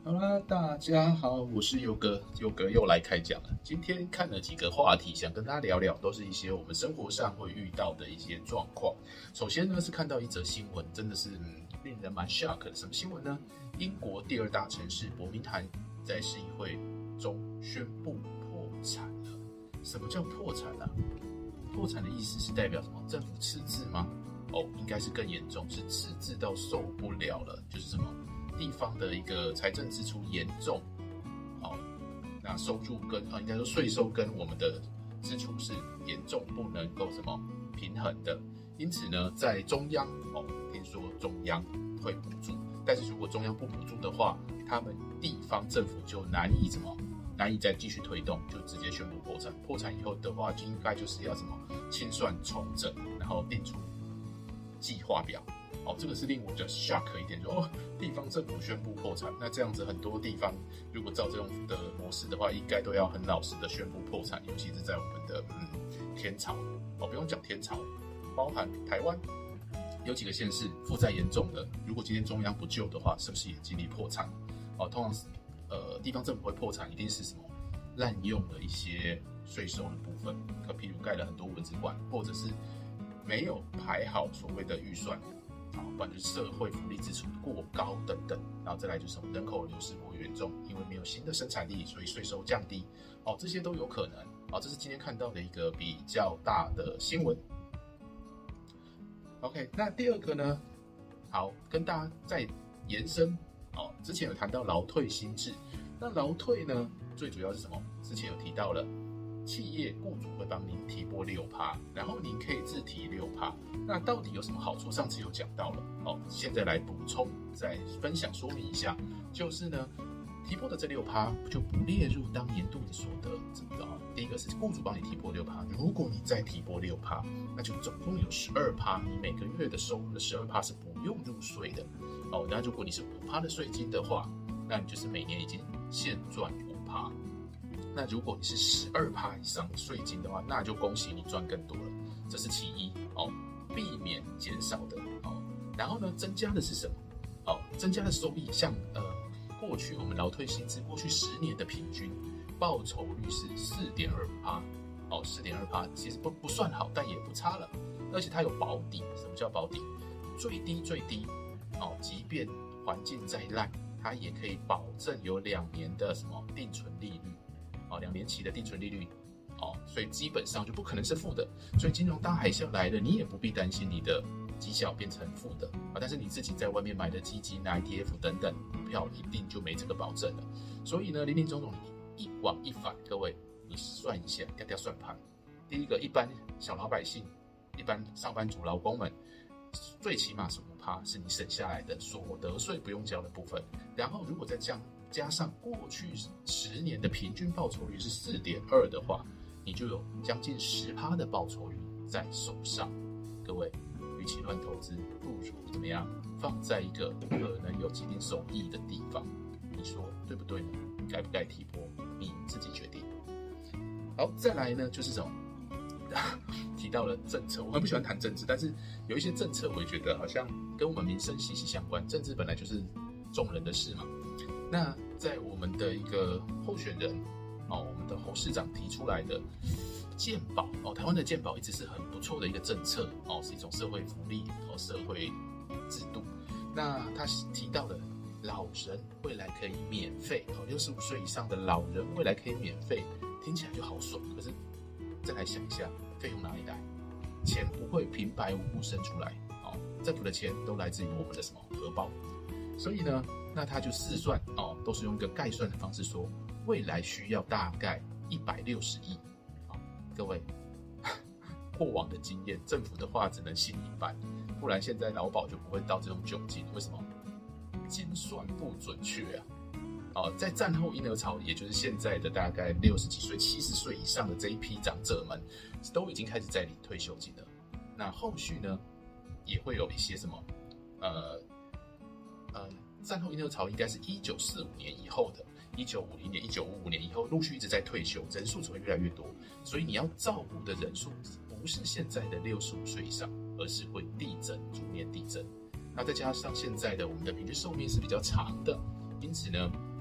好啦，大家好，我是佑哥，佑哥又来开讲了。今天看了几个话题，想跟大家聊聊，都是一些我们生活上会遇到的一些状况。首先呢，是看到一则新闻，真的是令人蛮 shock 的。什么新闻呢？英国第二大城市伯明翰在市议会中宣布破产了。什么叫破产啊？破产的意思是代表什么？政府赤字吗？应该是更严重，是赤字到受不了了，就是什么？地方的一个财政支出严重，那收入跟应该说税收跟我们的支出是严重不能够什么平衡的，因此呢，在中央听说中央会补助，但是如果中央不补助的话，他们地方政府就难以再继续推动，就直接宣布破产。破产以后的话，就应该就是要什么清算重整，然后定出计划表。这个是令我比较 shock 一点，地方政府宣布破产，那这样子很多地方如果照这种的模式的话，应该都要很老实的宣布破产，尤其是在我们的天朝不用讲天朝，包含台湾有几个县市负债严重的，如果今天中央不救的话，是不是也经历破产？通常地方政府会破产，一定是什么滥用了一些税收的部分，譬如盖了很多蚊子馆，或者是没有排好所谓的预算。不然就是社会福利支出过高等等，然后再来就是人口流失过严重，因为没有新的生产力，所以税收降低，这些都有可能。这是今天看到的一个比较大的新闻。OK， 那第二个呢，好，跟大家再延伸，之前有谈到劳退新制，那劳退呢，最主要是什么？之前有提到了。企业雇主会帮您提拨6%，然后您可以自提6%。那到底有什么好处？上次有讲到了，现在来补充，再分享说明一下。就是呢，提拨的这6%就不列入当年度的所得。第一个是雇主帮你提拨6%，如果你再提拨6%，那就总共有12%，你每个月的收入的12%是不用入税的。那如果你是5%的税金的话，那你就是每年已经现赚5%。那如果你是12%以上的税金的话，那就恭喜你赚更多了，这是其一避免减少的然后呢，增加的是什么？增加的收益，像过去我们劳退薪资过去10年的平均报酬率是4.2%，4.2%其实不算好，但也不差了，而且它有保底。什么叫保底？最低即便环境再烂，它也可以保证有2年的什么定存利率。2年期的定存利率，所以基本上就不可能是负的。所以金融大海啸来了，你也不必担心你的绩效变成负的但是你自己在外面买的基金、ETF 等等股票，一定就没这个保证了。所以呢，林林总总一往一返，各位你算一下，条算盘。第一个，一般小老百姓、一般上班族、劳工们，最起码是5%，是你省下来的所得税不用交的部分。然后如果再加上过去10年的平均报酬率是4.2%的话，你就有将近10%的报酬率在手上。各位，与其乱投资，不如怎么样放在一个可能有既定收益的地方？你说对不对呢？该不该提拨？你自己决定。好，再来呢，就是什么？提到了政策，我很不喜欢谈政治，但是有一些政策，我也觉得好像跟我们民生息息相关。政治本来就是众人的事嘛。那在我们的一个候选人我们的侯市长提出来的健保台湾的健保一直是很不错的一个政策是一种社会福利社会制度。那他提到了老人未来可以免费65岁以上的老人未来可以免费，听起来就好爽。可是再来想一下，费用哪里来？钱不会平白无故生出来政府的钱都来自于我们的什么荷包。所以呢，那他就试算都是用一个概算的方式说，未来需要大概160亿。各位，过往的经验，政府的话只能信一半，不然现在劳保就不会到这种窘境。为什么？精算不准确在战后婴儿潮，也就是现在的大概60几岁、70岁以上的这一批长者们，都已经开始在领退休金了。那后续呢，也会有一些什么战后婴儿潮应该是1945年以后的，1950年、1955年以后陆续一直在退休，人数只会越来越多，所以你要照顾的人数不是现在的65岁以上，而是会递增，逐年递增。那再加上现在的我们的平均寿命是比较长的，因此呢，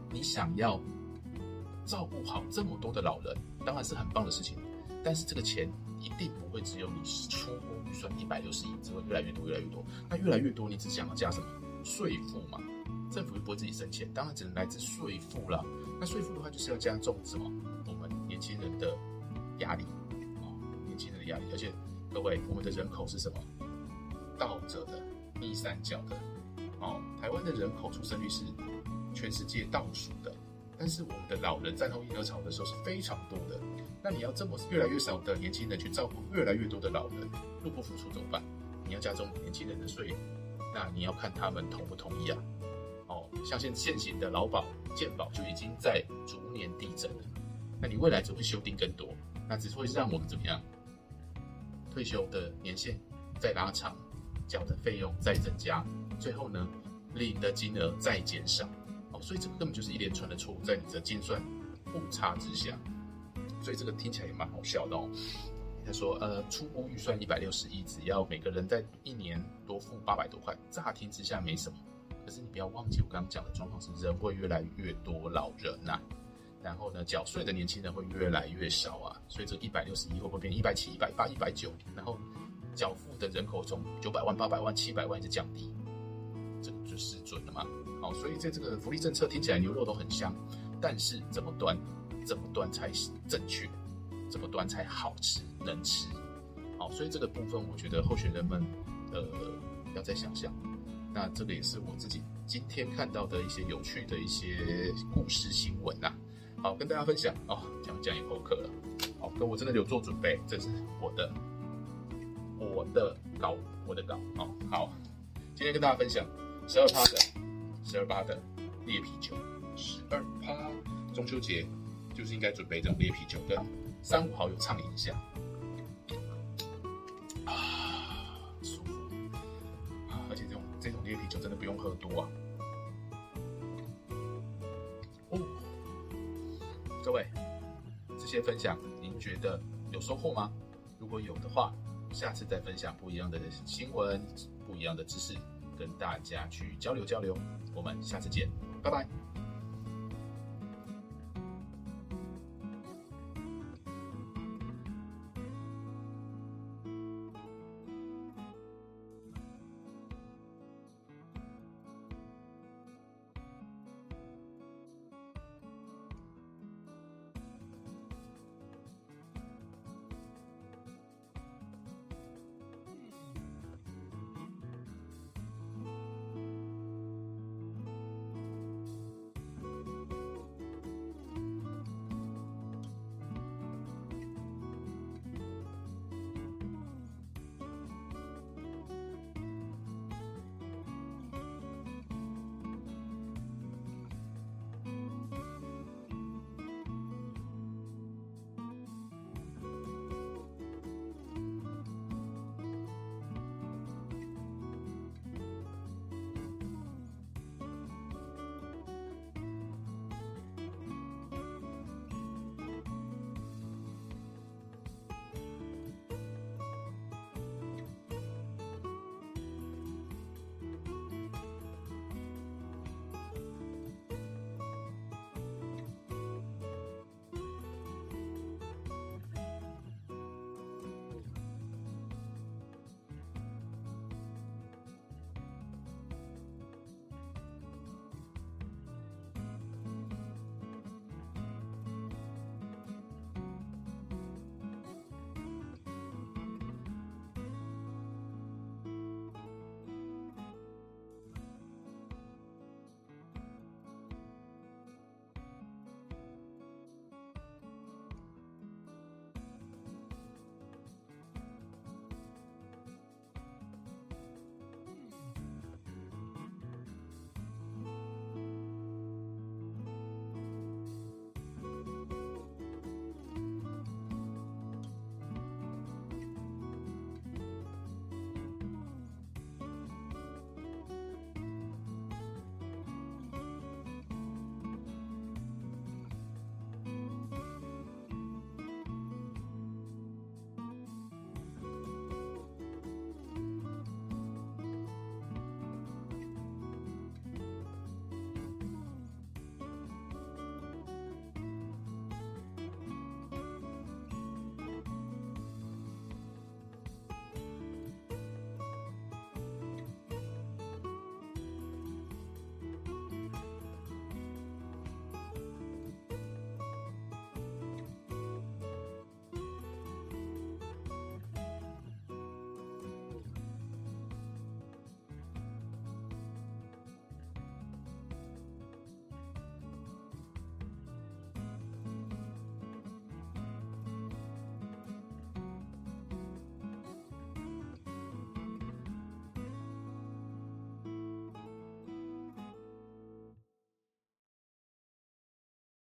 你想要照顾好这么多的老人，当然是很棒的事情，但是这个钱一定不会只有你出估预算160亿，只会越来越多越来越多。那越来越多，你只想要加什么税负嘛？政府又不会自己生钱，当然只能来自税负啦。那税负的话，就是要加重什么？我们年轻人的压力年轻人的压力。而且各位，我们的人口是什么？倒着的，逆三角的台湾的人口出生率是全世界倒数的，但是我们的老人战后婴儿潮的时候是非常多的。那你要这么越来越少的年轻人去照顾越来越多的老人，入不敷出怎么办？你要加重年轻人的税，那你要看他们同不同意啊？像现行的劳保、健保就已经在逐年递增了，那你未来只会修订更多，那只会让我们怎么样？退休的年限再拉长，缴的费用再增加，最后呢，领的金额再减少。所以这个根本就是一连串的错误在你的精算误差之下，所以这个听起来也蛮好笑的他说，初估预算160亿，只要每个人在一年多付800多块，乍听之下没什么。可是你不要忘记我刚刚讲的状况是，人会越来越多老人然后呢，缴税的年轻人会越来越少所以这160亿会不会变170、180、190？然后缴付的人口从900万、800万、700万一直降低，这个就失准了嘛。所以在这个福利政策听起来牛肉都很香，但是怎么端才正确，怎么端才好吃能吃。所以这个部分我觉得候选人们要再想想。那这个也是我自己今天看到的一些有趣的一些故事新闻好，跟大家分享讲也口渴了。跟我真的有做准备，这是我的稿好，今天跟大家分享12%的烈啤酒，12%。中秋节就是应该准备这种烈啤酒，跟3、5好友畅饮一下。舒服而且这种烈啤酒真的不用喝多各位，这些分享您觉得有收获吗？如果有的话，下次再分享不一样的新闻、不一样的知识，跟大家去交流。我们下次见，拜拜。